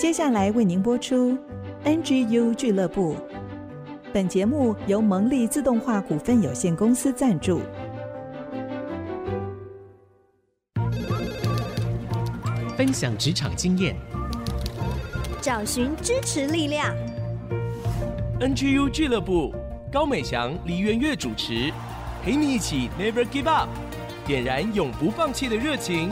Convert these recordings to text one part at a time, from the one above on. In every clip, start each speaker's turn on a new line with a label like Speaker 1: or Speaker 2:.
Speaker 1: 接下来为您播出 NGU 俱乐部。本节目由蒙利自动化股份有限公司赞助。
Speaker 2: 分享职场经验，
Speaker 3: 找寻支持力量。
Speaker 4: NGU 俱乐部，高美翔、黎元月主持，陪你一起 Never Give Up， 点燃永不放弃的热情。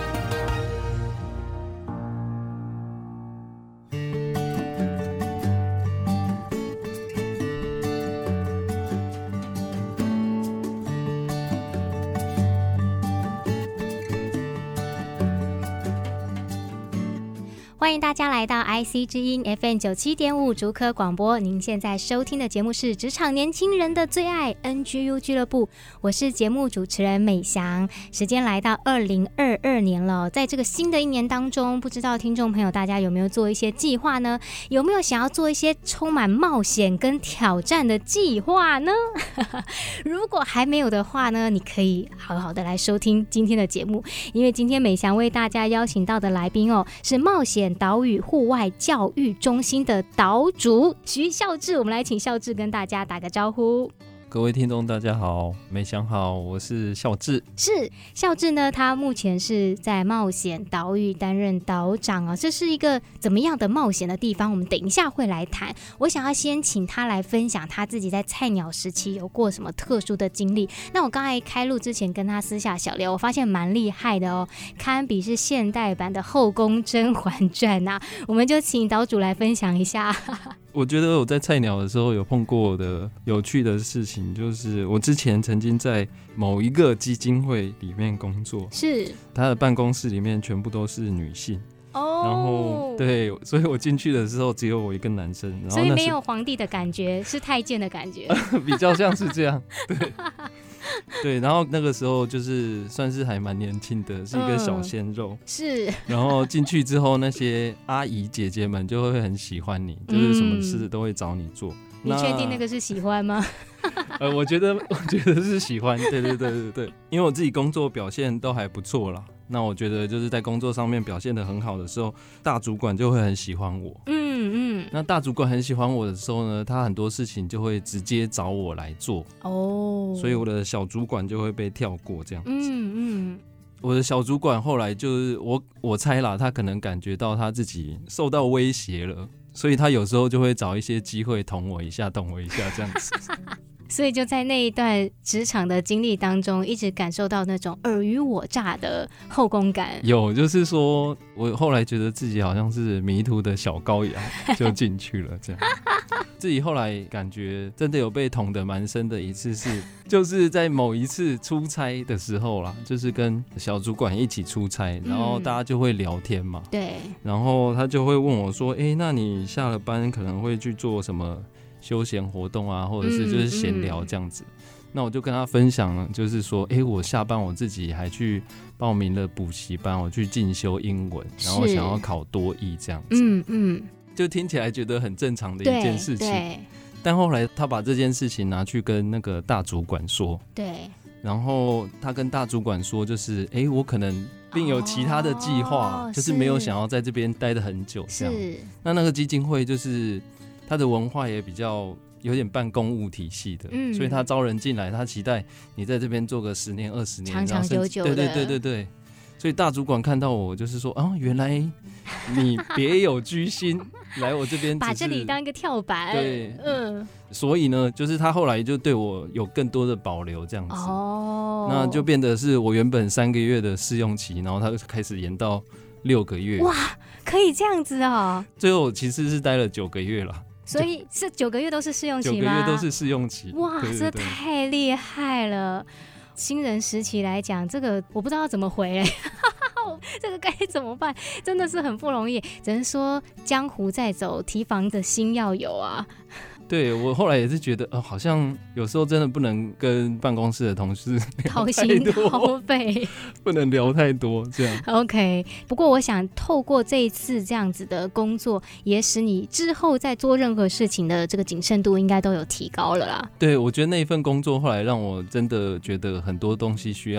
Speaker 5: 欢迎大家来到 IC 之音 FM 97.5 竹科广播，您现在收听的节目是职场年轻人的最爱 NGU 俱乐部，我是节目主持人美翔。时间来到2022年了，在这个新的一年当中，不知道听众朋友大家有没有做一些计划呢？有没有想要做一些充满冒险跟挑战的计划呢？如果还没有的话呢，你可以好好的来收听今天的节目，因为今天美翔为大家邀请到的来宾是冒险岛屿户外教育中心的岛主徐孝志，我们来请孝志跟大家打个招呼。
Speaker 6: 各位听众大家好，美翔好，我是孝志。
Speaker 5: 是孝志呢，他目前是在冒险岛屿担任岛长啊，这是一个怎么样的冒险的地方，我们等一下会来谈。我想要先请他来分享他自己在菜鸟时期有过什么特殊的经历。那我刚才开录之前跟他私下小聊，我发现蛮厉害的哦，堪比是现代版的后宫甄嬛传啊，我们就请岛主来分享一下。
Speaker 6: 我觉得我在菜鸟的时候有碰过的有趣的事情，就是我之前曾经在某一个基金会里面工作，
Speaker 5: 是
Speaker 6: 他的办公室里面全部都是女性
Speaker 5: 哦，
Speaker 6: 然后对，所以我进去的时候只有我一个男生，然后
Speaker 5: 所以没有皇帝的感觉，是太监的感觉，
Speaker 6: 比较像是这样，对。对，然后那个时候就是算是还蛮年轻的，是一个小鲜肉，
Speaker 5: 是。
Speaker 6: 然后进去之后，那些阿姨姐姐们就会很喜欢你，就是什么事都会找你做。
Speaker 5: 你确定那个是喜欢吗？
Speaker 6: 我觉得是喜欢，对，因为我自己工作表现都还不错啦。那我觉得就是在工作上面表现得很好的时候，大主管就会很喜欢我。那大主管很喜欢我的时候呢，他很多事情就会直接找我来做哦，所以我的小主管就会被跳过这样子。我的小主管后来就是我猜啦，他可能感觉到他自己受到威胁了，所以他有时候就会找一些机会捅我一下这样子。
Speaker 5: 所以就在那一段职场的经历当中，一直感受到那种尔虞我诈的后宫感。
Speaker 6: 有，就是说我后来觉得自己好像是迷途的小羔羊，就进去了这样。自己后来感觉真的有被捅得蛮深的一次是，就是在某一次出差的时候啦，就是跟小主管一起出差，然后大家就会聊天嘛。对。然后他就会问我说：“那你下了班可能会去做什么休闲活动啊，或者是就是闲聊这样子。那我就跟他分享了，就是说，我下班我自己还去报名了补习班，我去进修英文，然后想要考多益这样子。就听起来觉得很正常的一件事情。但后来他把这件事情拿去跟那个大主管说，对，然后他跟大主管说，就是我可能另有其他的计划，就是没有想要在这边待得很久这样。那个基金会就是他的文化也比较有点半公务体系的，所以他招人进来，他期待你在这边做个10年20年，
Speaker 5: 长长久久的。
Speaker 6: 对。所以大主管看到我就是说，原来你别有居心，来我这边
Speaker 5: 把这里当一个跳板。对，
Speaker 6: 所以呢，就是他后来就对我有更多的保留这样子。那就变得是我原本3个月的试用期，然后他就开始延到6个月。哇，
Speaker 5: 可以这样子哦。
Speaker 6: 最后其实是待了9个月了。
Speaker 5: 所以是9个月都是试用期吗？9
Speaker 6: 个月都是试用期。
Speaker 5: 哇，这太厉害了！新人时期来讲，这个我不知道怎么回这个该怎么办？真的是很不容易，只能说江湖在走，提防的心要有啊。
Speaker 6: 对，我后来也是觉得，好像有时候真的不能跟办公室的同事
Speaker 5: 掏心掏肺，
Speaker 6: 不能聊太多这样。
Speaker 5: OK， 不过我想透过这一次这样子的工作，也使你之后在做任何事情的这个谨慎度应该都有提高了啦。
Speaker 6: 对，我觉得那一份工作后来让我真的觉得很多东西需要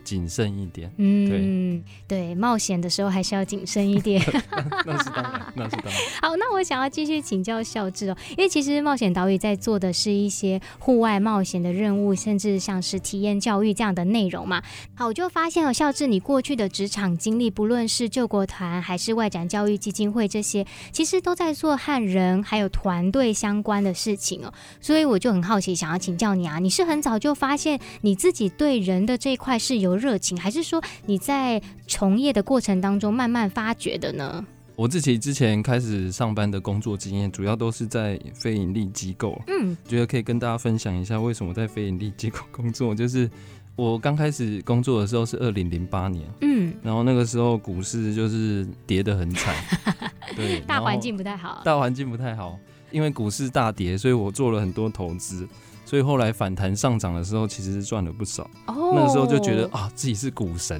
Speaker 6: 谨慎一点。
Speaker 5: 对，冒险的时候还是要谨慎一点。
Speaker 6: 那是当然，那是当然。
Speaker 5: 好，那我想要继续请教孝志哦，因为其实冒险岛屿在做的是一些户外冒险的任务，甚至像是体验教育这样的内容嘛。好，我就发现孝志你过去的职场经历，不论是救国团还是外展教育基金会，这些其实都在做和人还有团队相关的事情哦。所以我就很好奇，想要请教你啊，你是很早就发现你自己对人的这一块是有热情，还是说你在从业的过程当中慢慢发掘的呢？
Speaker 6: 我自己之前开始上班的工作经验，主要都是在非营利机构。觉得可以跟大家分享一下为什么在非营利机构工作。就是我刚开始工作的时候是2008年，然后那个时候股市就是跌得很惨，对，
Speaker 5: 大环境不太好，
Speaker 6: 因为股市大跌，所以我做了很多投资。所以后来反弹上涨的时候，其实是赚了不少。那个时候就觉得自己是股神。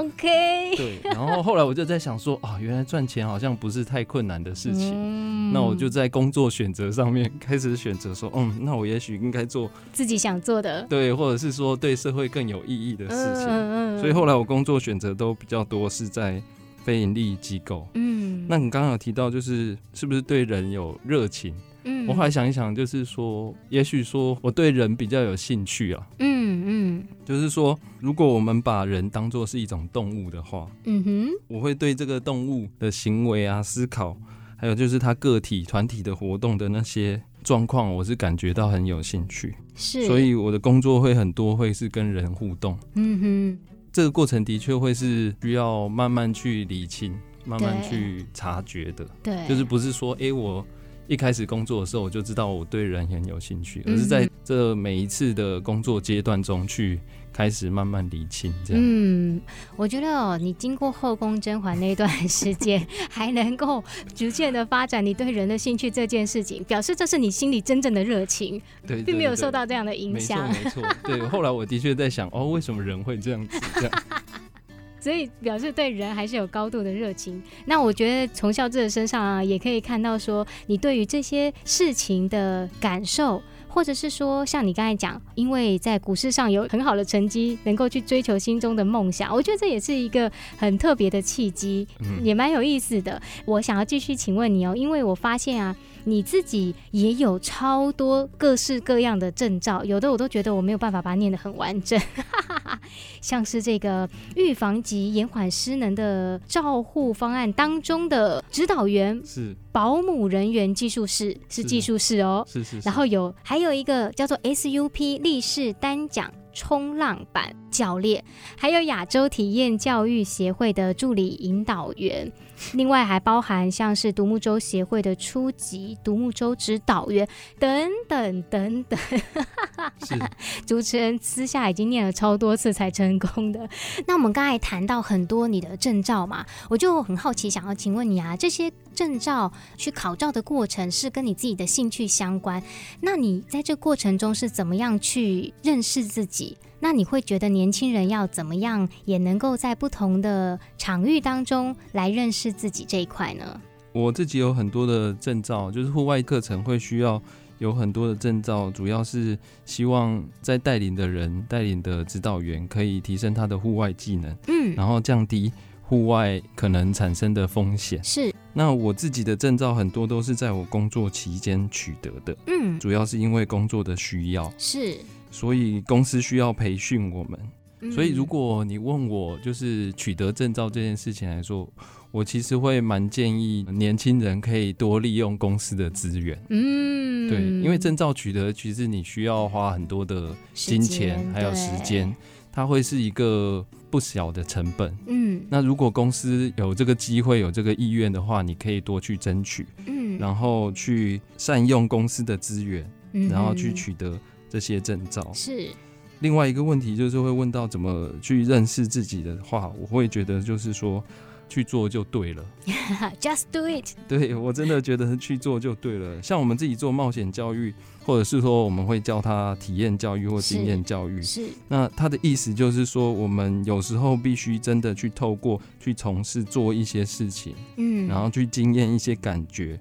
Speaker 5: OK。
Speaker 6: 对，然后后来我就在想说，原来赚钱好像不是太困难的事情。那我就在工作选择上面开始选择说，那我也许应该做
Speaker 5: 自己想做的，
Speaker 6: 对，或者是说对社会更有意义的事情。所以后来我工作选择都比较多是在非营利机构。那你刚刚有提到就是是不是对人有热情？我后来想一想，就是说，也许说我对人比较有兴趣啊。就是说，如果我们把人当作是一种动物的话，我会对这个动物的行为啊、思考，还有就是他个体、团体的活动的那些状况，我是感觉到很有兴趣。是，所以我的工作会很多会是跟人互动。这个过程的确会是需要慢慢去理清、慢慢去察觉的。对，就是不是说我一开始工作的时候我就知道我对人很有兴趣，而是在这每一次的工作阶段中去开始慢慢理清这样。
Speaker 5: 我觉得你经过后宫甄嬛那段时间还能够逐渐的发展你对人的兴趣这件事情，表示这是你心里真正的热情。对，并没有受到这样的影响。
Speaker 6: 没错。对，后来我的确在想为什么人会这样子这样。
Speaker 5: 所以表示对人还是有高度的热情。那我觉得从孝志的身上啊，也可以看到说你对于这些事情的感受，或者是说像你刚才讲，因为在股市上有很好的成绩，能够去追求心中的梦想，我觉得这也是一个很特别的契机，也蛮有意思的。我想要继续请问你因为我发现啊，你自己也有超多各式各样的证照，有的我都觉得我没有办法把它念得很完整像是这个预防及延缓失能的照护方案当中的指导员，是保姆人员技术士，是技术士是。然后还有一个叫做 SUP 立式单桨冲浪板教练，还有亚洲体验教育协会的助理引导员，另外还包含像是独木舟协会的初级独木舟指导员等等等等主持人私下已经念了超多次才成功的。那我们刚才谈到很多你的证照嘛，我就很好奇想要请问你啊，这些证照去考照的过程是跟你自己的兴趣相关，那你在这过程中是怎么样去认识自己？那你会觉得年轻人要怎么样也能够在不同的场域当中来认识自己这一块呢？
Speaker 6: 我自己有很多的证照，就是户外课程会需要有很多的证照，主要是希望在带领的人、带领的指导员可以提升他的户外技能，然后降低户外可能产生的风险。是。那我自己的证照很多都是在我工作期间取得的，主要是因为工作的需要。是。所以公司需要培训我们，所以如果你问我就是取得证照这件事情来说，我其实会蛮建议年轻人可以多利用公司的资源。对，因为证照取得其实你需要花很多的金钱还有时间，它会是一个不小的成本。那如果公司有这个机会有这个意愿的话，你可以多去争取，然后去善用公司的资源，然后去取得这些证照。是。另外一个问题就是会问到怎么去认识自己的话，我会觉得就是说去做就对了
Speaker 5: Just do it。
Speaker 6: 对，我真的觉得去做就对了。像我们自己做冒险教育，或者是说我们会叫它体验教育或经验教育，是。那它的意思就是说我们有时候必须真的去透过去从事做一些事情，然后去经验一些感觉，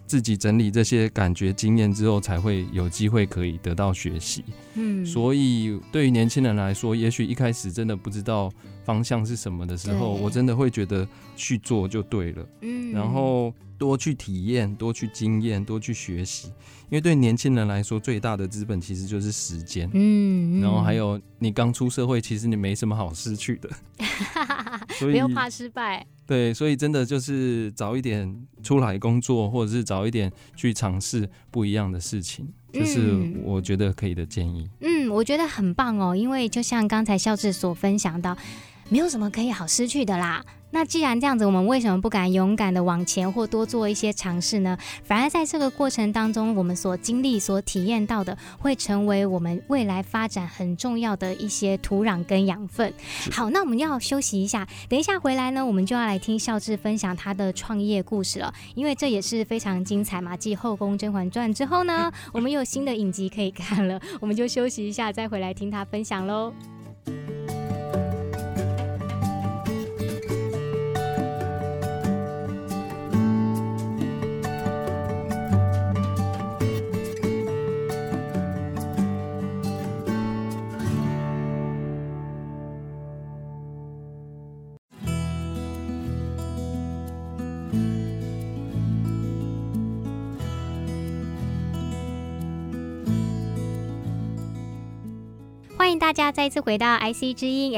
Speaker 6: 自己整理这些感觉经验之后，才会有机会可以得到学习。所以对于年轻人来说，也许一开始真的不知道方向是什么的时候，我真的会觉得去做就对了。然后多去体验，多去经验，多去学习。因为对年轻人来说，最大的资本其实就是时间。然后还有你刚出社会，其实你没什么好失去的，所以
Speaker 5: 不用怕失败。
Speaker 6: 对，所以真的就是早一点出来工作，或者是早一点去尝试不一样的事情，这是我觉得可以的建议。
Speaker 5: 我觉得很棒哦，因为就像刚才孝志所分享到，没有什么可以好失去的啦。那既然这样子，我们为什么不敢勇敢的往前或多做一些尝试呢？反而在这个过程当中，我们所经历、所体验到的，会成为我们未来发展很重要的一些土壤跟养分。好，那我们要休息一下，等一下回来呢，我们就要来听孝志分享他的创业故事了，因为这也是非常精彩嘛。继《后宫甄嬛传》之后呢，我们有新的影集可以看了，我们就休息一下，再回来听他分享咯。欢迎大家再次回到 IC 之音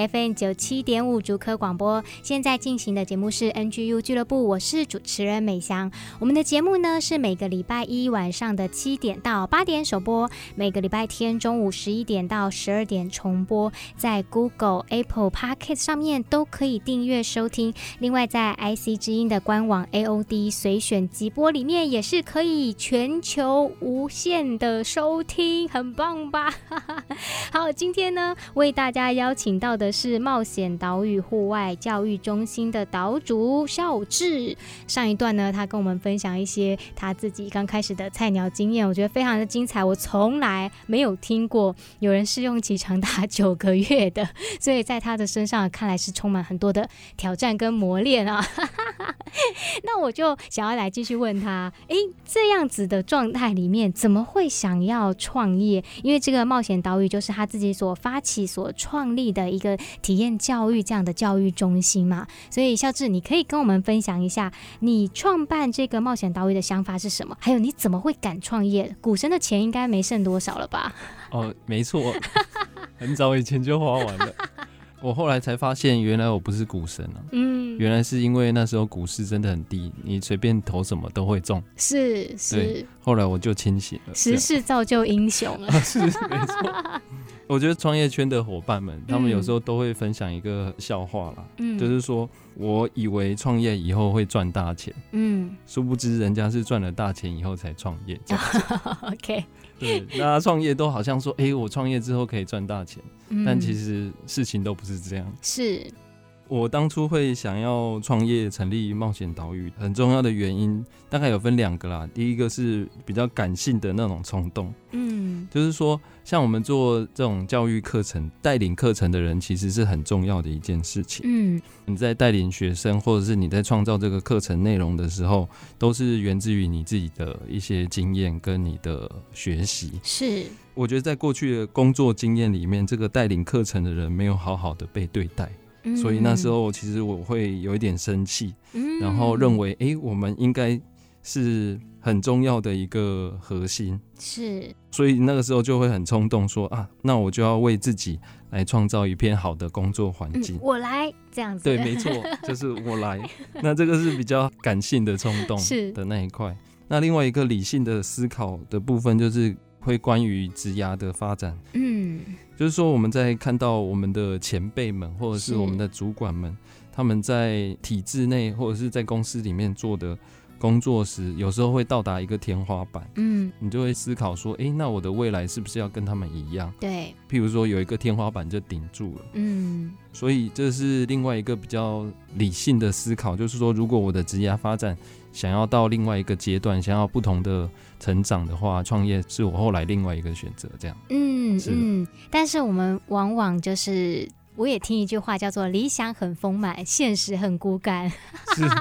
Speaker 5: FM97.5 竹科广播，现在进行的节目是 NGU 俱乐部，我是主持人美香。我们的节目呢是每个礼拜一晚上的7点到8点首播，每个礼拜天中午11点到12点重播，在 Google、Apple Podcast 上面都可以订阅收听。另外在 IC 之音的官网 AOD 随选即播里面也是可以全球无限的收听，很棒吧？好，今天呢为大家邀请到的是冒险岛屿户外教育中心的岛主孝志。上一段呢他跟我们分享一些他自己刚开始的菜鸟经验，我觉得非常的精彩，我从来没有听过有人试用期长达9个月的，所以在他的身上看来是充满很多的挑战跟磨练啊。那我就想要来继续问他，这样子的状态里面怎么会想要创业？因为这个冒险岛屿就是他自己所发起所创立的一个体验教育这样的教育中心嘛，所以孝志你可以跟我们分享一下你创办这个冒险岛屿的想法是什么，还有你怎么会敢创业？股神的钱应该没剩多少了吧？
Speaker 6: 没错，很早以前就花完了。我后来才发现原来我不是股神啊，原来是因为那时候股市真的很低，你随便投什么都会中，是，后来我就清醒了，时势
Speaker 5: 造就英雄了。
Speaker 6: 是没错。我觉得创业圈的伙伴们他们有时候都会分享一个笑话啦，就是说我以为创业以后会赚大钱，殊不知人家是赚了大钱以后才创业这样子。
Speaker 5: OK，
Speaker 6: 对，大家创业都好像说我创业之后可以赚大钱，但其实事情都不是这样。是我当初会想要创业成立冒险岛屿很重要的原因大概有分2个啦。第一个是比较感性的那种冲动，就是说像我们做这种教育课程带领课程的人其实是很重要的一件事情。你在带领学生或者是你在创造这个课程内容的时候，都是源自于你自己的一些经验跟你的学习。是，我觉得在过去的工作经验里面，这个带领课程的人没有好好的被对待，所以那时候其实我会有一点生气，然后认为我们应该是很重要的一个核心，是，所以那个时候就会很冲动说那我就要为自己来创造一片好的工作环境，
Speaker 5: 我来这样子。
Speaker 6: 对，没错，就是我来。那这个是比较感性的冲动的那一块。那另外一个理性的思考的部分就是会关于职涯的发展，就是说我们在看到我们的前辈们或者是我们的主管们，他们在体制内或者是在公司里面做的工作时，有时候会到达一个天花板，你就会思考说那我的未来是不是要跟他们一样？对，譬如说有一个天花板就顶住了，所以这是另外一个比较理性的思考，就是说如果我的职业发展想要到另外一个阶段，想要不同的成长的话，创业是我后来另外一个选择，这样。
Speaker 5: 但是我们往往就是我也听一句话叫做理想很丰满，现实很骨感。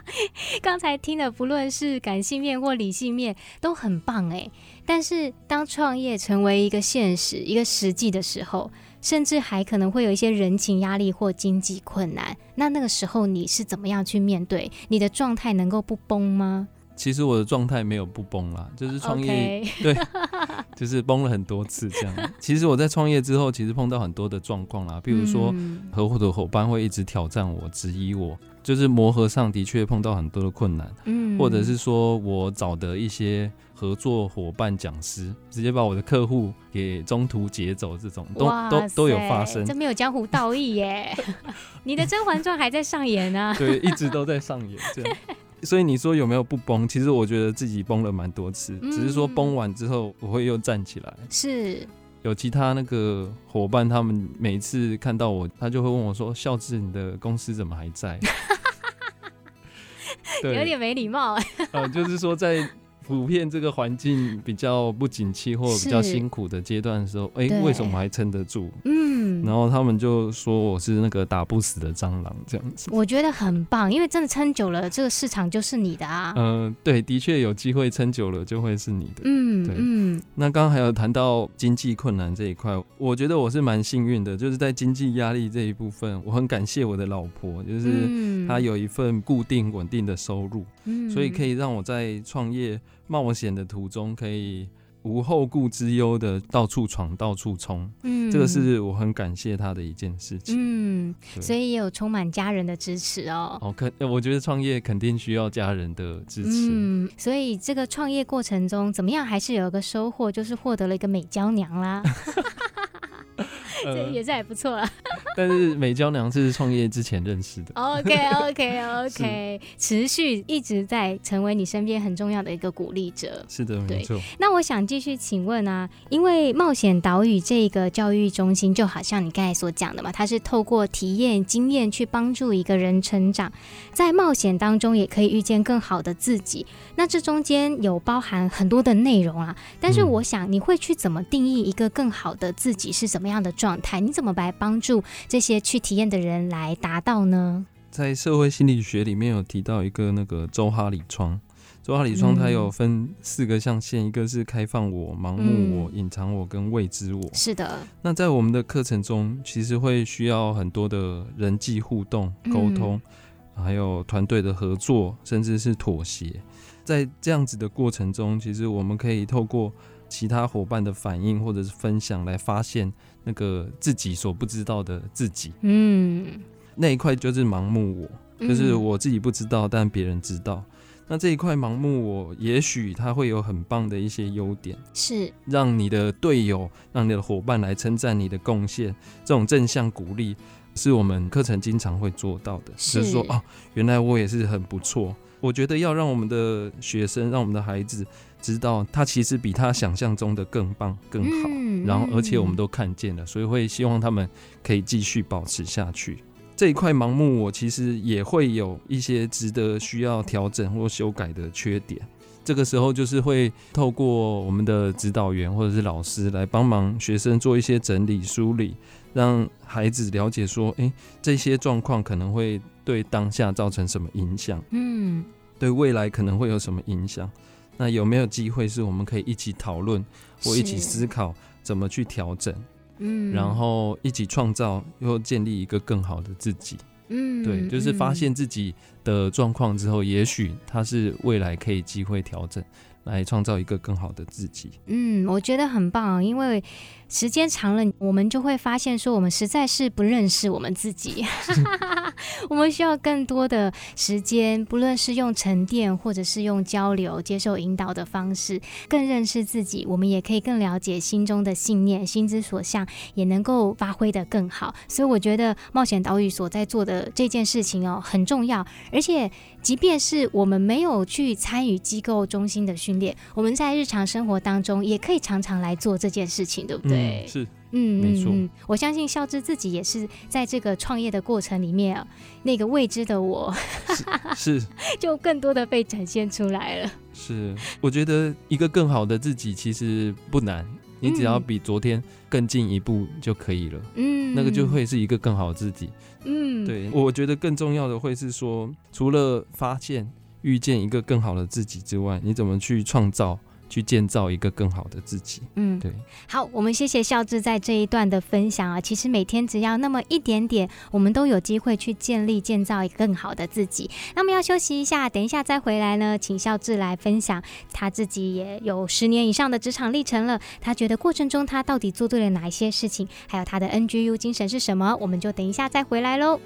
Speaker 5: 刚才听的不论是感性面或理性面都很棒哎，但是当创业成为一个现实、一个实际的时候，甚至还可能会有一些人情压力或经济困难，那个时候你是怎么样去面对？你的状态能够不崩吗？
Speaker 6: 其实我的状态没有不崩啦，就是创业、对，就是崩了很多次这样。其实我在创业之后，其实碰到很多的状况啦，比如说合伙的伙伴会一直挑战我、质疑我，就是磨合上的确碰到很多的困难，或者是说我找的一些合作伙伴、讲师，直接把我的客户给中途劫走，这种都有发生。
Speaker 5: 这没有江湖道义耶，你的《甄嬛传》还在上演啊？
Speaker 6: 对，一直都在上演这样。所以你说有没有不崩？其实我觉得自己崩了蛮多次，只是说崩完之后我会又站起来。是有其他那个伙伴，他们每一次看到我，他就会问我说：“孝志，你的公司怎么还在？”
Speaker 5: 有点没礼貌。
Speaker 6: 就是说在普遍这个环境比较不景气或比较辛苦的阶段的时候，为什么还撑得住？然后他们就说我是那个打不死的蟑螂这样子。
Speaker 5: 我觉得很棒，因为真的撑久了，这个市场就是你的啊。
Speaker 6: 对，的确有机会撑久了就会是你的。那刚刚还有谈到经济困难这一块，我觉得我是蛮幸运的，就是在经济压力这一部分，我很感谢我的老婆，就是她有一份固定稳定的收入，所以可以让我在创业冒险的途中可以无后顾之忧的到处闯到处冲，这个是我很感谢他的一件事情。
Speaker 5: 所以也有充满家人的支持哦。
Speaker 6: 我觉得创业肯定需要家人的支持。
Speaker 5: 所以这个创业过程中怎么样还是有一个收获，就是获得了一个美娇娘啦。这也是还不错啦。
Speaker 6: 但是美娇娘是创业之前认识的。
Speaker 5: OK， 持续一直在成为你身边很重要的一个鼓励者。
Speaker 6: 是的，没错。
Speaker 5: 那我想继续请问啊，因为冒险岛屿这个教育中心，就好像你刚才所讲的嘛，它是透过体验经验去帮助一个人成长，在冒险当中也可以遇见更好的自己。那这中间有包含很多的内容啊，但是我想你会去怎么定义一个更好的自己是什么样的状态？你怎么来帮助这些去体验的人来达到呢？
Speaker 6: 在社会心理学里面有提到一个那个周哈里窗，它有分4个象限，一个是开放我、盲目我、隐藏我跟未知我。
Speaker 5: 是的。那
Speaker 6: 在我们的课程中，其实会需要很多的人际互动、沟通，还有团队的合作，甚至是妥协。在这样子的过程中，其实我们可以透过其他伙伴的反应或者是分享来发现那个自己所不知道的自己。那一块就是盲目我，就是我自己不知道但别人知道。那这一块盲目我也许它会有很棒的一些优点，是让你的队友、让你的伙伴来称赞你的贡献，这种正向鼓励是我们课程经常会做到的。就是说原来我也是很不错。我觉得要让我们的学生、让我们的孩子知道他其实比他想象中的更棒更好，然后而且我们都看见了，所以会希望他们可以继续保持下去。这一块盲目我其实也会有一些值得需要调整或修改的缺点，这个时候就是会透过我们的指导员或者是老师来帮忙学生做一些整理梳理，让孩子了解说这些状况可能会对当下造成什么影响，对未来可能会有什么影响，那有没有机会是我们可以一起讨论或一起思考怎么去调整，然后一起创造又建立一个更好的自己。对，就是发现自己的状况之后，也许它是未来可以机会调整，来创造一个更好的自己。
Speaker 5: 我觉得很棒，因为时间长了，我们就会发现说我们实在是不认识我们自己我们需要更多的时间，不论是用沉淀或者是用交流接受引导的方式更认识自己，我们也可以更了解心中的信念，心之所向也能够发挥得更好。所以我觉得冒险岛屿所在做的这件事情很重要，而且即便是我们没有去参与机构中心的训练，我们在日常生活当中也可以常常来做这件事情，对不对？
Speaker 6: 是，没错。
Speaker 5: 我相信孝志自己也是在这个创业的过程里面那个未知的我
Speaker 6: 是
Speaker 5: 就更多的被展现出来了。
Speaker 6: 是，我觉得一个更好的自己其实不难， 你只要比昨天更进一步就可以了，那个就会是一个更好的自己。对，我觉得更重要的会是说，除了发现遇见一个更好的自己之外，你怎么去创造去建造一个更好的自己。对。
Speaker 5: 好，我们谢谢孝志在这一段的分享啊。其实每天只要那么一点点，我们都有机会去建造一个更好的自己。那么要休息一下，等一下再回来呢，请孝志来分享他自己也有10年以上的职场历程了，他觉得过程中他到底做对了哪一些事情，还有他的 NGU 精神是什么，我们就等一下再回来咯。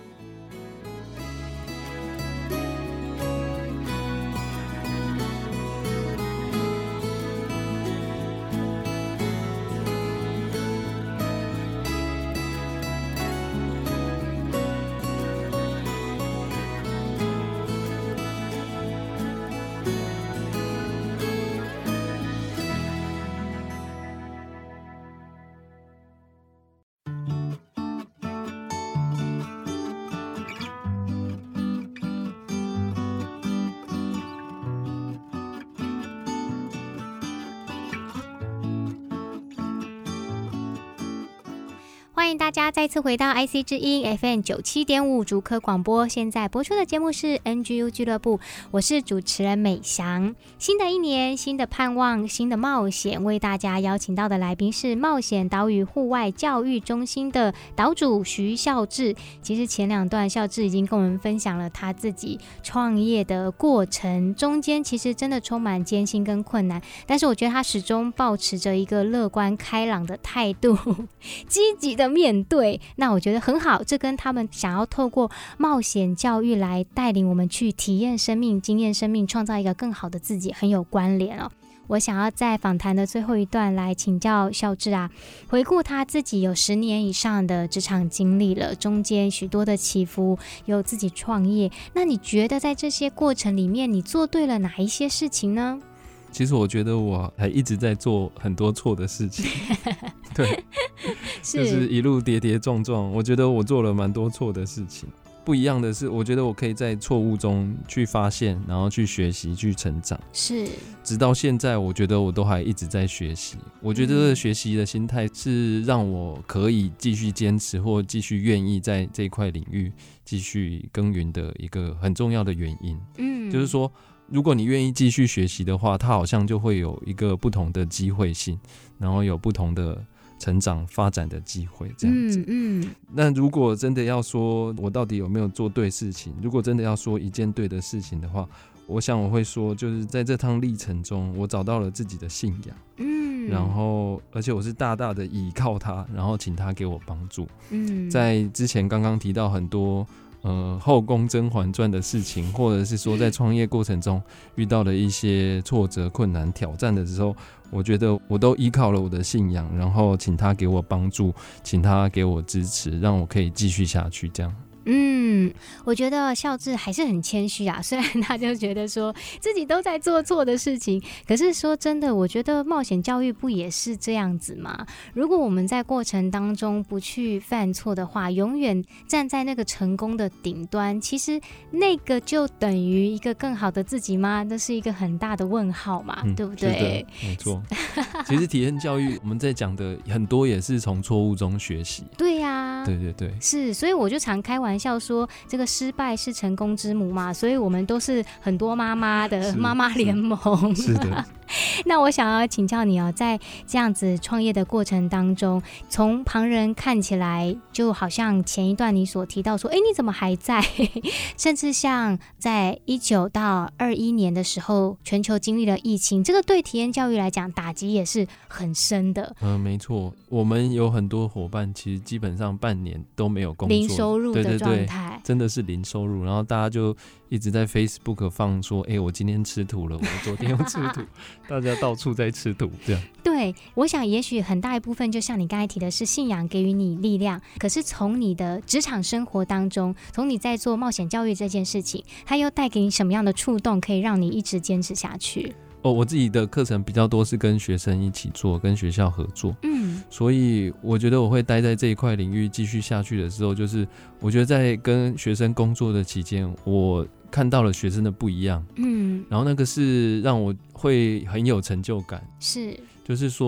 Speaker 5: 欢迎大家再次回到 IC 之音 FM97.5 竹科广播，现在播出的节目是 NGU 俱乐部，我是主持人美翔。新的一年，新的盼望，新的冒险，为大家邀请到的来宾是冒险岛屿户外教育中心的岛主徐孝志。其实前2段孝志已经跟我们分享了他自己创业的过程，中间其实真的充满艰辛跟困难，但是我觉得他始终保持着一个乐观开朗的态度，积极的面对，那我觉得很好，这跟他们想要透过冒险教育来带领我们去体验生命、经验生命，创造一个更好的自己很有关联哦。我想要在访谈的最后一段来请教孝志啊，回顾他自己有10年以上的职场经历了，中间许多的起伏，有自己创业，那你觉得在这些过程里面，你做对了哪一些事情呢？
Speaker 6: 其实我觉得我还一直在做很多错的事情对，就是一路跌跌撞撞，我觉得我做了蛮多错的事情。不一样的是，我觉得我可以在错误中去发现，然后去学习，去成长。是，直到现在，我觉得我都还一直在学习。我觉得这个学习的心态是让我可以继续坚持，或继续愿意在这一块领域继续耕耘的一个很重要的原因。就是说，如果你愿意继续学习的话，它好像就会有一个不同的机会性，然后有不同的成长发展的机会，这样子。那如果真的要说我到底有没有做对事情，如果真的要说一件对的事情的话，我想我会说，就是在这趟历程中，我找到了自己的信仰。然后而且我是大大的倚靠他，然后请他给我帮助。在之前刚刚提到很多后宫甄嬛传的事情，或者是说在创业过程中遇到了一些挫折、困难、挑战的时候，我觉得我都依靠了我的信仰，然后请他给我帮助，请他给我支持，让我可以继续下去这样。
Speaker 5: 我觉得孝志还是很谦虚啊，虽然他就觉得说自己都在做错的事情，可是说真的，我觉得冒险教育不也是这样子吗？如果我们在过程当中不去犯错的话，永远站在那个成功的顶端，其实那个就等于一个更好的自己吗？那是一个很大的问号嘛，对不对？
Speaker 6: 没错。其实体验教育我们在讲的很多也是从错误中学习。
Speaker 5: 对呀，
Speaker 6: 对对对，
Speaker 5: 是，所以我就常开玩笑说，这个失败是成功之母嘛，所以我们都是很多妈妈的妈妈联盟。
Speaker 6: 是的。
Speaker 5: 那我想要请教你哦，在这样子创业的过程当中，从旁人看起来就好像前一段你所提到说，哎，你怎么还在？甚至像在19到21年的时候，全球经历了疫情，这个对体验教育来讲打击也是很深的。
Speaker 6: 没错，我们有很多伙伴其实基本上半年都没有工作，
Speaker 5: 零收入的状态，
Speaker 6: 真的是零收入。然后大家就一直在 Facebook 放说，我今天吃土了，我昨天又吃土，大家到处在吃土这样。
Speaker 5: 对，我想也许很大一部分就像你刚才提的是信仰给予你力量，可是从你的职场生活当中，从你在做冒险教育这件事情，它又带给你什么样的触动，可以让你一直坚持下去？
Speaker 6: 我自己的课程比较多是跟学生一起做，跟学校合作。所以我觉得我会待在这一块领域继续下去的时候，就是我觉得在跟学生工作的期间，我看到了学生的不一样。然后那个是让我会很有成就感。是，就是说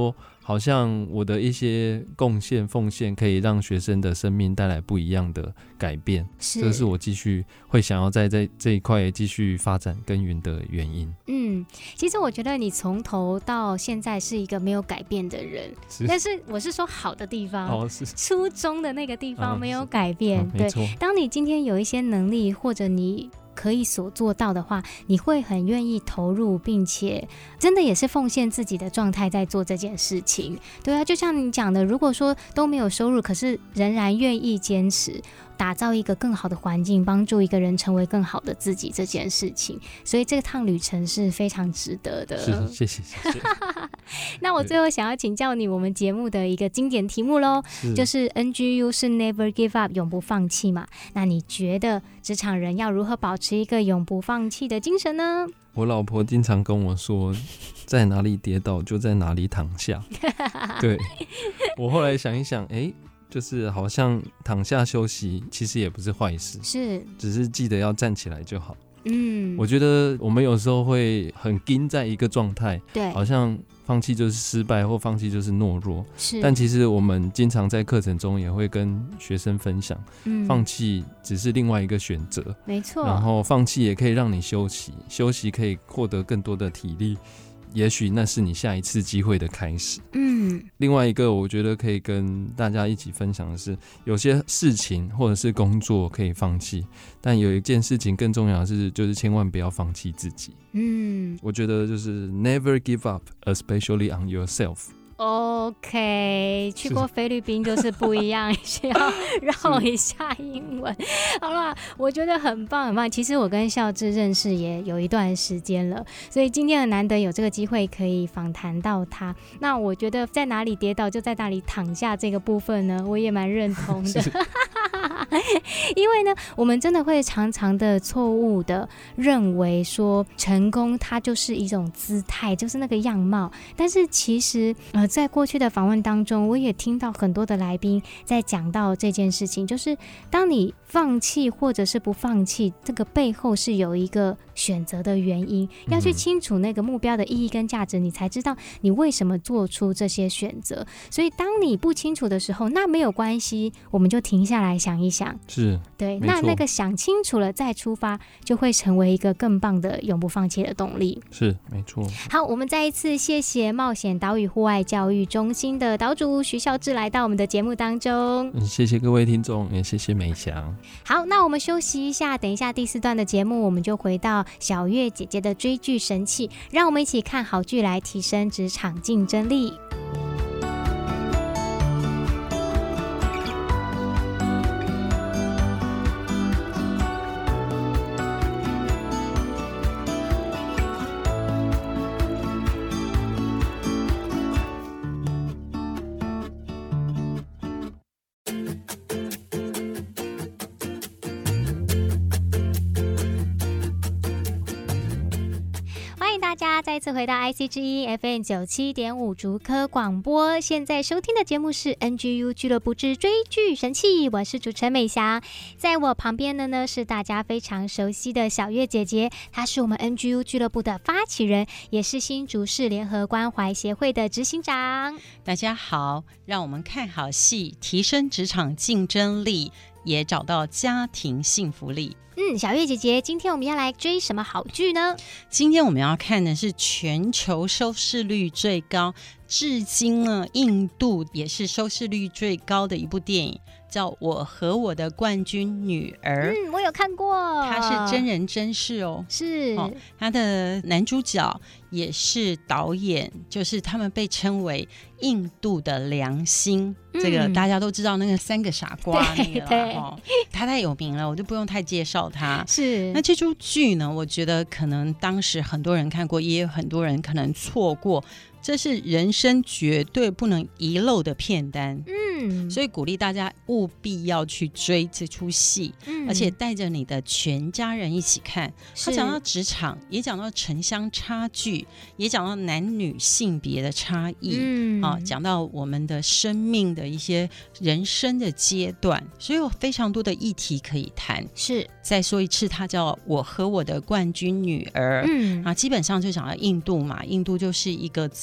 Speaker 6: 好像我的一些贡献奉献可以让学生的生命带来不一样的改变，这是我继续会想要在这一块继续发展耕耘的原因。
Speaker 5: 其实我觉得你从头到现在是一个没有改变的人，但是我是说好的地方，是初衷的那个地方没有改变。对，当你今天有一些能力或者你可以所做到的话，你会很愿意投入，并且真的也是奉献自己的状态在做这件事情。对啊，就像你讲的，如果说都没有收入，可是仍然愿意坚持打造一个更好的环境，帮助一个人成为更好的自己这件事情，所以这趟旅程是非常值得的。
Speaker 6: 是，谢谢。
Speaker 5: 那我最后想要请教你我们节目的一个经典题目咯，就是 NGU 是 Never Give Up 永不放弃嘛，那你觉得职场人要如何保持一个永不放弃的精神呢？
Speaker 6: 我老婆经常跟我说，在哪里跌倒就在哪里躺下。对，我后来想一想，就是好像躺下休息其实也不是坏事，只是记得要站起来就好。我觉得我们有时候会很盯在一个状态，对，好像放弃就是失败，或放弃就是懦弱。但其实我们经常在课程中也会跟学生分享，放弃只是另外一个选择，没错。然后放弃也可以让你休息，休息可以获得更多的体力。也许那是你下一次机会的开始。另外一个我觉得可以跟大家一起分享的是，有些事情或者是工作可以放弃，但有一件事情更重要的是，就是千万不要放弃自己。我觉得就是 never give up, especially on yourself。OK，
Speaker 5: 去过菲律宾就是不一样，需要绕一下英文。好啦，我觉得很棒很棒。其实我跟孝志认识也有一段时间了，所以今天很难得有这个机会可以访谈到他。那我觉得在哪里跌倒就在哪里躺下这个部分呢，我也蛮认同的。因为呢，我们真的会常常的错误的认为说成功它就是一种姿态，就是那个样貌。但是其实在过去的访问当中，我也听到很多的来宾在讲到这件事情，就是当你放弃或者是不放弃，这个背后是有一个选择的原因，要去清楚那个目标的意义跟价值，你才知道你为什么做出这些选择。所以当你不清楚的时候，那没有关系，我们就停下来想一想，
Speaker 6: 是
Speaker 5: 对，那个想清楚了再出发，就会成为一个更棒的永不放弃的动力。
Speaker 6: 是没错。
Speaker 5: 好，我们再一次谢谢冒险岛屿户外教育中心的岛主徐孝志来到我们的节目当中。
Speaker 6: 谢谢各位听众，也谢谢美翔。
Speaker 5: 好，那我们休息一下，等一下第4段的节目我们就回到小月姐姐的追剧神器，让我们一起看好剧来提升职场竞争力。大家再次回到 IC 之音 FM97.5 竹科广播，现在收听的节目是 NGU 俱乐部之追剧神器，我是主持人美翔。在我旁边的呢是大家非常熟悉的小月姐姐，她是我们 NGU 俱乐部的发起人，也是新竹市联合关怀协会的执行长。
Speaker 7: 大家好，让我们看好戏，提升职场竞争力，也找到家庭幸福力。
Speaker 5: 小月姐姐，今天我们要来追什么好剧呢？
Speaker 7: 今天我们要看的是全球收视率最高，至今呢印度也是收视率最高的一部电影，叫《我和我的冠军女儿》。
Speaker 5: 我有看过，
Speaker 7: 它是真人真事哦。
Speaker 5: 是
Speaker 7: 它的男主角也是导演，就是他们被称为印度的良心。这个大家都知道那个3个傻瓜那个啦，他太有名了，我就不用太介绍他。
Speaker 5: 是
Speaker 7: 那这出剧呢，我觉得可能当时很多人看过，也有很多人可能错过，这是人生绝对不能遗漏的片单。所以鼓励大家务必要去追这出戏，而且带着你的全家人一起看。他讲到职场，也讲到城乡差距，也讲到男女性别的差异，讲到我们的生命的一些人生的阶段，所以有非常多的议题可以谈。
Speaker 5: 是
Speaker 7: 再说一次，它叫《我和我的冠军女儿》基本上就讲到印度嘛，印度就是一个资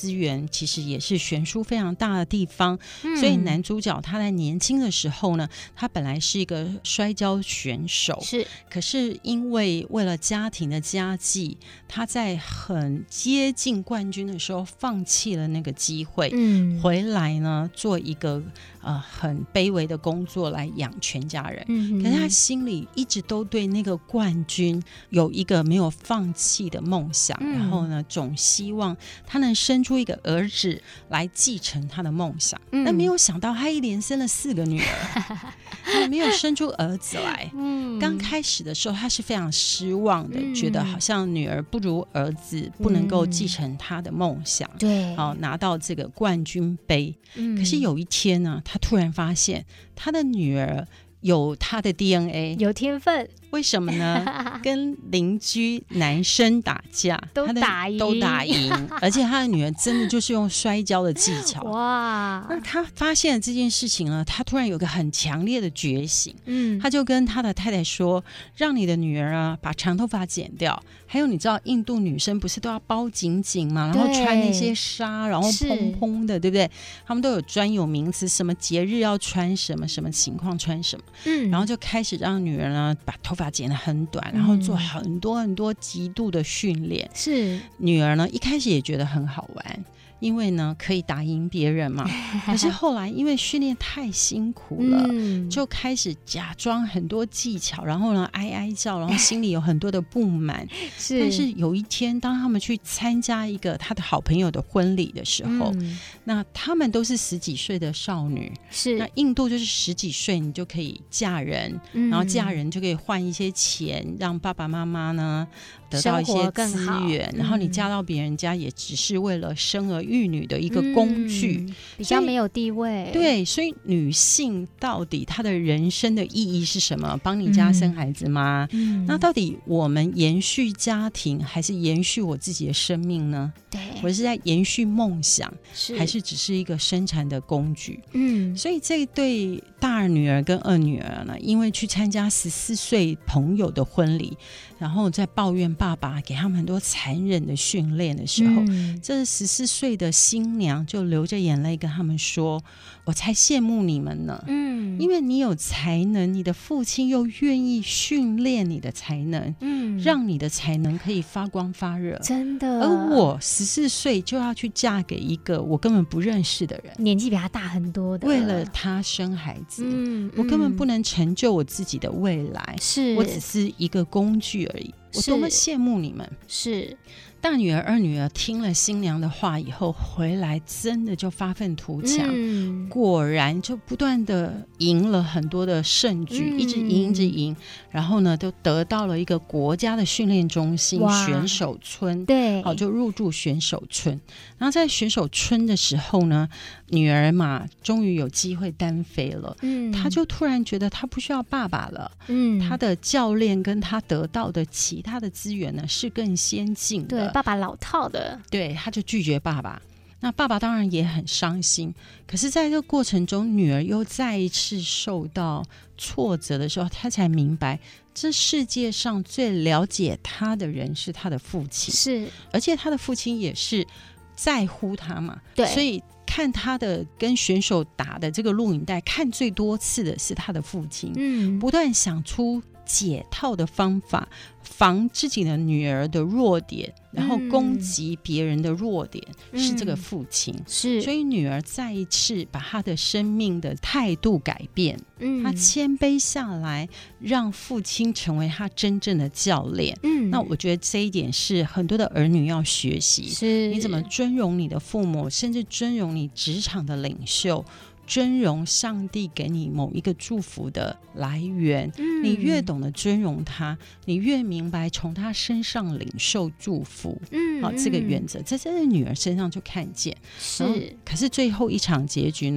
Speaker 7: 资源其实也是悬殊非常大的地方，所以男主角他在年轻的时候呢，他本来是一个摔跤选手，可是因为了家庭的家计，他在很接近冠军的时候放弃了那个机会，回来呢做一个很卑微的工作来养全家人，可是他心里一直都对那个冠军有一个没有放弃的梦想，然后呢总希望他能生出一个儿子来继承他的梦想，但没有想到他一连生了4个女儿他没有生出儿子来，刚开始的时候他是非常失望的，觉得好像女儿不如儿子，不能够继承他的梦想，对，拿到这个冠军杯，可是有一天呢，他突然发现他的女儿有他的 DNA，
Speaker 5: 有天分。
Speaker 7: 为什么呢？跟邻居男生打架
Speaker 5: 都打赢，
Speaker 7: 而且他的女儿真的就是用摔跤的技巧。哇！那他发现了这件事情呢，他突然有个很强烈的觉醒。他就跟他的太太说：“让你的女儿啊，把长头发剪掉。还有，你知道印度女生不是都要包紧紧吗？然后穿那些纱，然后蓬蓬的，对不对？他们都有专有名词，什么节日要穿什么，什么情况穿什么。然后就开始让女儿呢把头发剪得很短，然后做很多很多极度的训练。女儿呢一开始也觉得很好玩，因为呢可以打赢别人嘛。可是后来因为训练太辛苦了，就开始假装很多技巧，然后呢哀哀叫，然后心里有很多的不满。但是有一天，当他们去参加一个他的好朋友的婚礼的时候，那他们都是10几岁的少女，那印度就是10几岁你就可以嫁人，然后嫁人就可以换一些钱，让爸爸妈妈呢得到一些资源，然后你嫁到别人家也只是为了生儿育女的一个工具，
Speaker 5: 比较没有地位。
Speaker 7: 对，所以女性到底她的人生的意义是什么？帮你家生孩子吗？那到底我们延续家庭还是延续我自己的生命呢？对，我是在延续梦想，还是只是一个生产的工具？所以这对大儿女儿跟二女儿呢，因为去参加14岁朋友的婚礼，然后在抱怨爸爸给他们很多残忍的训练的时候，这14岁的新娘就流着眼泪跟他们说：“我才羡慕你们呢，因为你有才能，你的父亲又愿意训练你的才能，让你的才能可以发光发热，真的。而我14岁就要去嫁给一个我根本不认识的人，
Speaker 5: 年纪比他大很多的，
Speaker 7: 为了他生孩子，我根本不能成就我自己的未来，我只是一个工具而已。我多么羡慕你们！”是大女儿、二女儿听了新娘的话以后回来，真的就发愤图强，果然就不断的赢了很多的胜局，一直赢，然后呢都得到了一个国家的训练中心选手村，对，好，就入住选手村。然后在选手村的时候呢，女儿嘛终于有机会单飞了，她就突然觉得她不需要爸爸了，她的教练跟她得到的其他的资源呢是更先进的，
Speaker 5: 对，爸爸老套的，
Speaker 7: 对，她就拒绝爸爸。那爸爸当然也很伤心，可是在这个过程中，女儿又再一次受到挫折的时候，她才明白这世界上最了解她的人是她的父亲，是，而且她的父亲也是在乎她嘛，对，所以看她的跟选手打的这个录影带，看最多次的是她的父亲，不断想出解套的方法，防自己的女儿的弱点，然后攻击别人的弱点，是这个父亲，是，所以女儿再一次把她的生命的态度改变，她谦卑下来，让父亲成为她真正的教练。那我觉得这一点是很多的儿女要学习，是你怎么尊荣你的父母，甚至尊荣你职场的领袖，尊荣上帝给你某一个祝福的来源，你越懂得尊荣他，你越明白从他身上领受祝福，好，这个原则在这个女儿身上就看见，是。可是最后一场结局呢，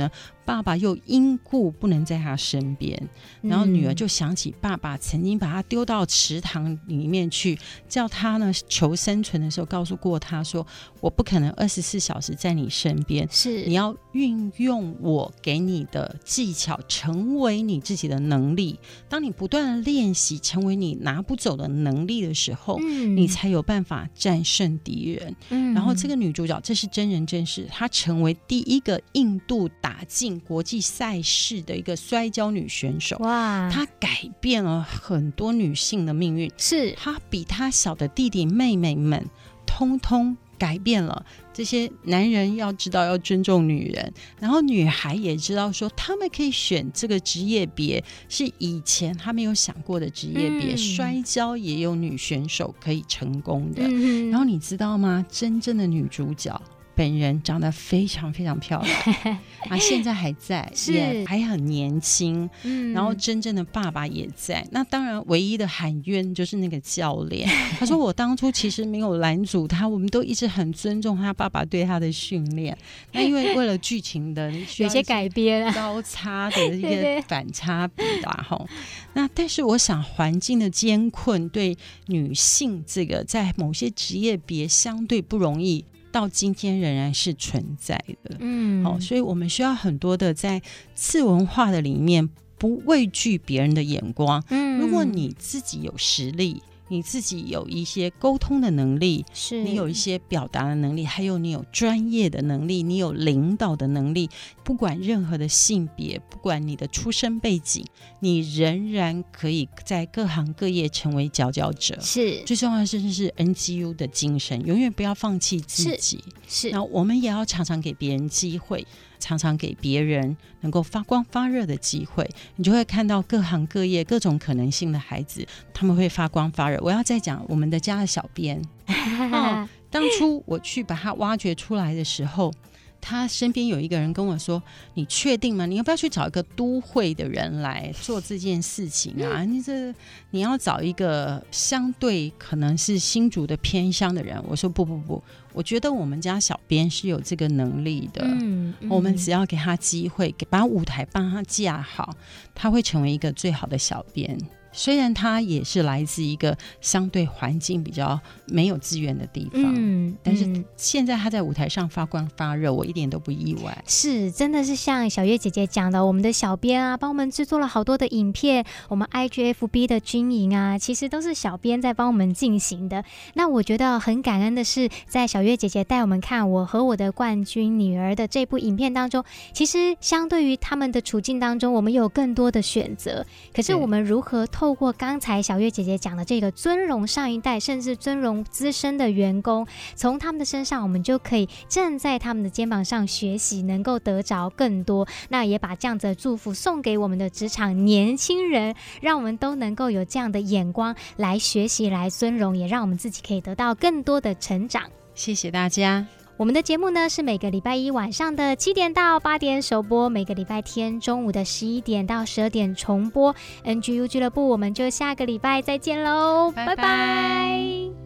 Speaker 7: 爸爸又因故不能在他身边，然后女儿就想起爸爸曾经把他丢到池塘里面去，叫他呢求生存的时候告诉过他说，我不可能24小时在你身边，
Speaker 5: 是
Speaker 7: 你要运用我给你的技巧，成为你自己的能力。当你不断的练习，成为你拿不走的能力的时候，你才有办法战胜敌人。然后这个女主角，这是真人真事，她成为第一个印度打进国际赛事的一个摔跤女选手。哇！她改变了很多女性的命运，
Speaker 5: 是
Speaker 7: 她比她小的弟弟妹妹们通通改变了。这些男人要知道要尊重女人，然后女孩也知道说他们可以选这个职业别，是以前他没有想过的职业别。摔跤也有女选手可以成功的。然后你知道吗？真正的女主角本人长得非常非常漂亮啊，现在还在，也还很年轻。然后真正的爸爸也在。那当然唯一的喊冤就是那个教练，他说我当初其实没有拦阻他，我们都一直很尊重他爸爸对他的训练。那因为为了剧情的
Speaker 5: 有些改编
Speaker 7: 高差的一个反差比啦那但是我想环境的艰困对女性这个在某些职业别相对不容易，到今天仍然是存在的。所以我们需要很多的在次文化的里面不畏惧别人的眼光。如果你自己有实力，你自己有一些沟通的能力，是你有一些表达的能力，还有你有专业的能力，你有领导的能力，不管任何的性别，不管你的出身背景，你仍然可以在各行各业成为佼佼者。是最重要的是 NGU 的精神，永远不要放弃自己。是那我们也要常常给别人机会，常常给别人能够发光发热的机会，你就会看到各行各业各种可能性的孩子，他们会发光发热。我要再讲我们的家的小编当初我去把他挖掘出来的时候，他身边有一个人跟我说，你确定吗？你要不要去找一个都会的人来做这件事情啊？你要找一个相对可能是新竹的偏乡的人。我说不，我觉得我们家小编是有这个能力的。我们只要给他机会，把舞台帮他架好，他会成为一个最好的小编。虽然他也是来自一个相对环境比较没有资源的地方，但是现在他在舞台上发光发热，我一点都不意外。
Speaker 5: 是，真的是像小月姐姐讲的，我们的小编啊帮我们制作了好多的影片，我们 IGFB 的军营啊其实都是小编在帮我们进行的。那我觉得很感恩的是，在小月姐姐带我们看我和我的冠军女儿的这部影片当中，其实相对于他们的处境当中，我们有更多的选择，可是我们如何透过刚才小月姐姐讲的这个尊荣上一代，甚至尊荣资深的员工，从他们的身上我们就可以站在他们的肩膀上学习，能够得着更多。那也把这样子的祝福送给我们的职场年轻人，让我们都能够有这样的眼光来学习，来尊荣，也让我们自己可以得到更多的成长。
Speaker 7: 谢谢大家。
Speaker 5: 我们的节目呢是每个礼拜一晚上的7点到8点首播，每个礼拜天中午的11点到12点重播。NGU 俱乐部，我们就下个礼拜再见喽，拜拜。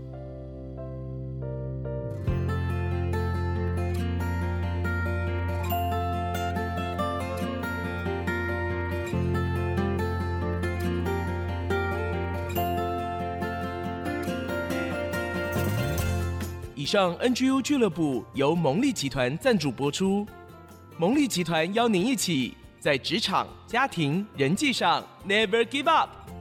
Speaker 4: 以上 NGU 俱乐部由蒙利集团赞助播出。蒙利集团邀您一起在职场、家庭、人际上 Never Give Up。